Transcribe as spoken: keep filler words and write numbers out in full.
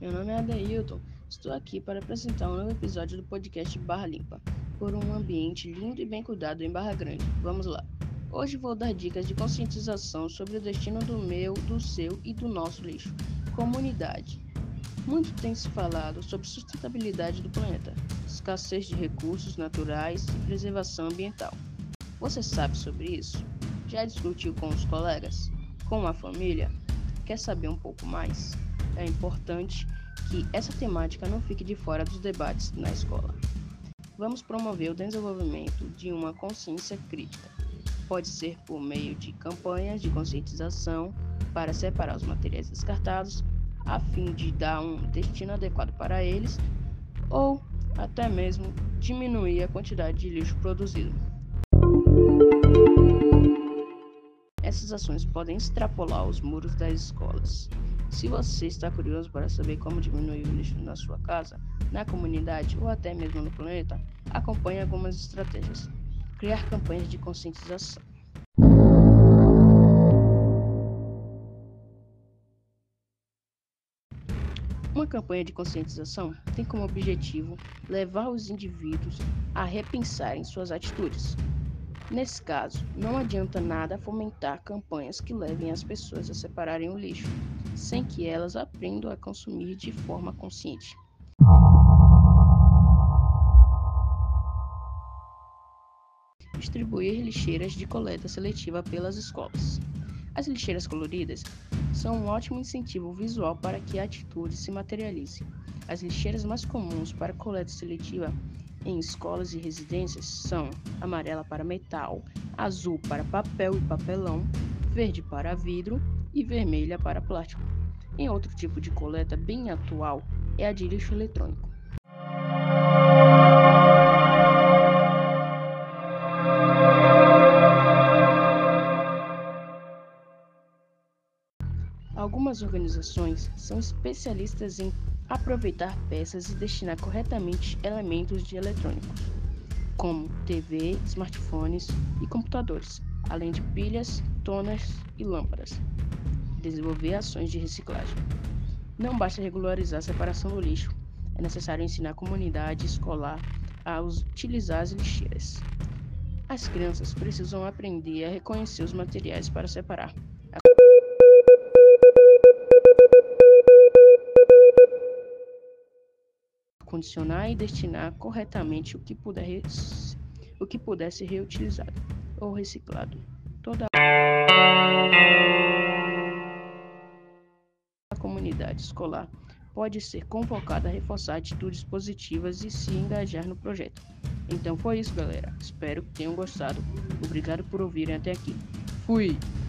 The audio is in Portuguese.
meu nome é Adeilton, estou aqui para apresentar um novo episódio do podcast Barra Limpa, por um ambiente lindo e bem cuidado em Barra Grande. Vamos lá! Hoje vou dar dicas de conscientização sobre o destino do meu, do seu e do nosso lixo. Comunidade. Muito tem se falado sobre sustentabilidade do planeta, escassez de recursos naturais e preservação ambiental. Você sabe sobre isso? Já discutiu com os colegas? Com a família? Quer saber um pouco mais? É importante que essa temática não fique de fora dos debates na escola. Vamos promover o desenvolvimento de uma consciência crítica. Pode ser por meio de campanhas de conscientização para separar os materiais descartados, a fim de dar um destino adequado para eles, ou até mesmo diminuir a quantidade de lixo produzido. Essas ações podem extrapolar os muros das escolas. Se você está curioso para saber como diminuir o lixo na sua casa, na comunidade ou até mesmo no planeta, acompanhe algumas estratégias. Criar campanhas de conscientização. Uma campanha de conscientização tem como objetivo levar os indivíduos a repensarem suas atitudes. Nesse caso, não adianta nada fomentar campanhas que levem as pessoas a separarem o lixo, sem que elas aprendam a consumir de forma consciente. Distribuir lixeiras de coleta seletiva pelas escolas. As lixeiras coloridas são um ótimo incentivo visual para que a atitude se materialize. As lixeiras mais comuns para coleta seletiva em escolas e residências são amarela para metal, azul para papel e papelão, verde para vidro e vermelha para plástico. Em outro tipo de coleta bem atual é a de lixo eletrônico. Algumas organizações são especialistas em aproveitar peças e destinar corretamente elementos de eletrônicos, como T V, smartphones e computadores, além de pilhas, toners e lâmpadas. Desenvolver ações de reciclagem. Não basta regularizar a separação do lixo, é necessário ensinar a comunidade escolar a utilizar as lixeiras. As crianças precisam aprender a reconhecer os materiais para separar. Condicionar e destinar corretamente o que puder, o que puder ser reutilizado ou reciclado. Toda a comunidade escolar pode ser convocada a reforçar atitudes positivas e se engajar no projeto. Então foi isso, galera. Espero que tenham gostado. Obrigado por ouvirem até aqui. Fui!